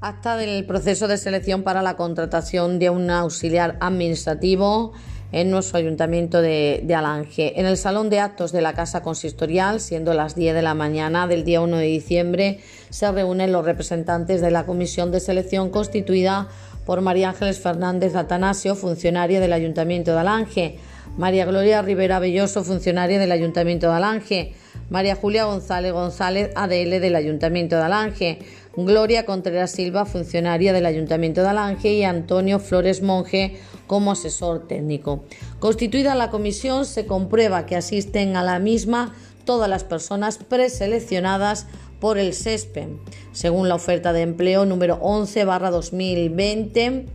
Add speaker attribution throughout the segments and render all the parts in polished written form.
Speaker 1: Acta del proceso de selección para la contratación de un auxiliar administrativo en nuestro ayuntamiento de Alange. En el salón de actos de la Casa Consistorial, siendo las 10 de la mañana del día 1 de diciembre, se reúnen los representantes de la comisión de selección constituida por María Ángeles Fernández Atanasio, funcionaria del Ayuntamiento de Alange, María Gloria Rivera Belloso, funcionaria del Ayuntamiento de Alange, María Julia González González, ADL del Ayuntamiento de Alange, Gloria Contreras Silva, funcionaria del Ayuntamiento de Alange, y Antonio Flores Monge como asesor técnico. Constituida la comisión, se comprueba que asisten a la misma todas las personas preseleccionadas por el SESPE, según la oferta de empleo número 11/2020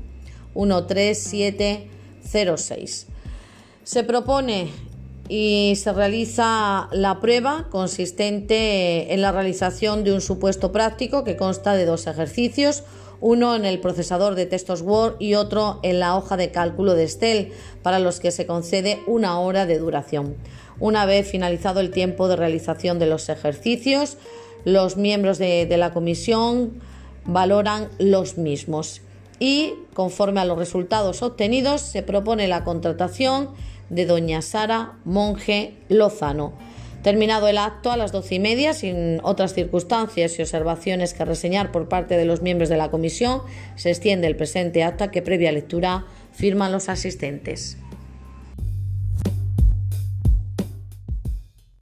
Speaker 1: 13706. Se propone y se realiza la prueba consistente en la realización de un supuesto práctico que consta de 2 ejercicios, uno en el procesador de textos Word y otro en la hoja de cálculo de Excel, para los que se concede 1 hora de duración. Una vez finalizado el tiempo de realización de los ejercicios, los miembros de la comisión valoran los mismos y, conforme a los resultados obtenidos, se propone la contratación de doña Sara Monge Lozano. Terminado el acto a las 12:30, sin otras circunstancias y observaciones que reseñar por parte de los miembros de la comisión, se extiende el presente acta que, previa lectura, firman los asistentes.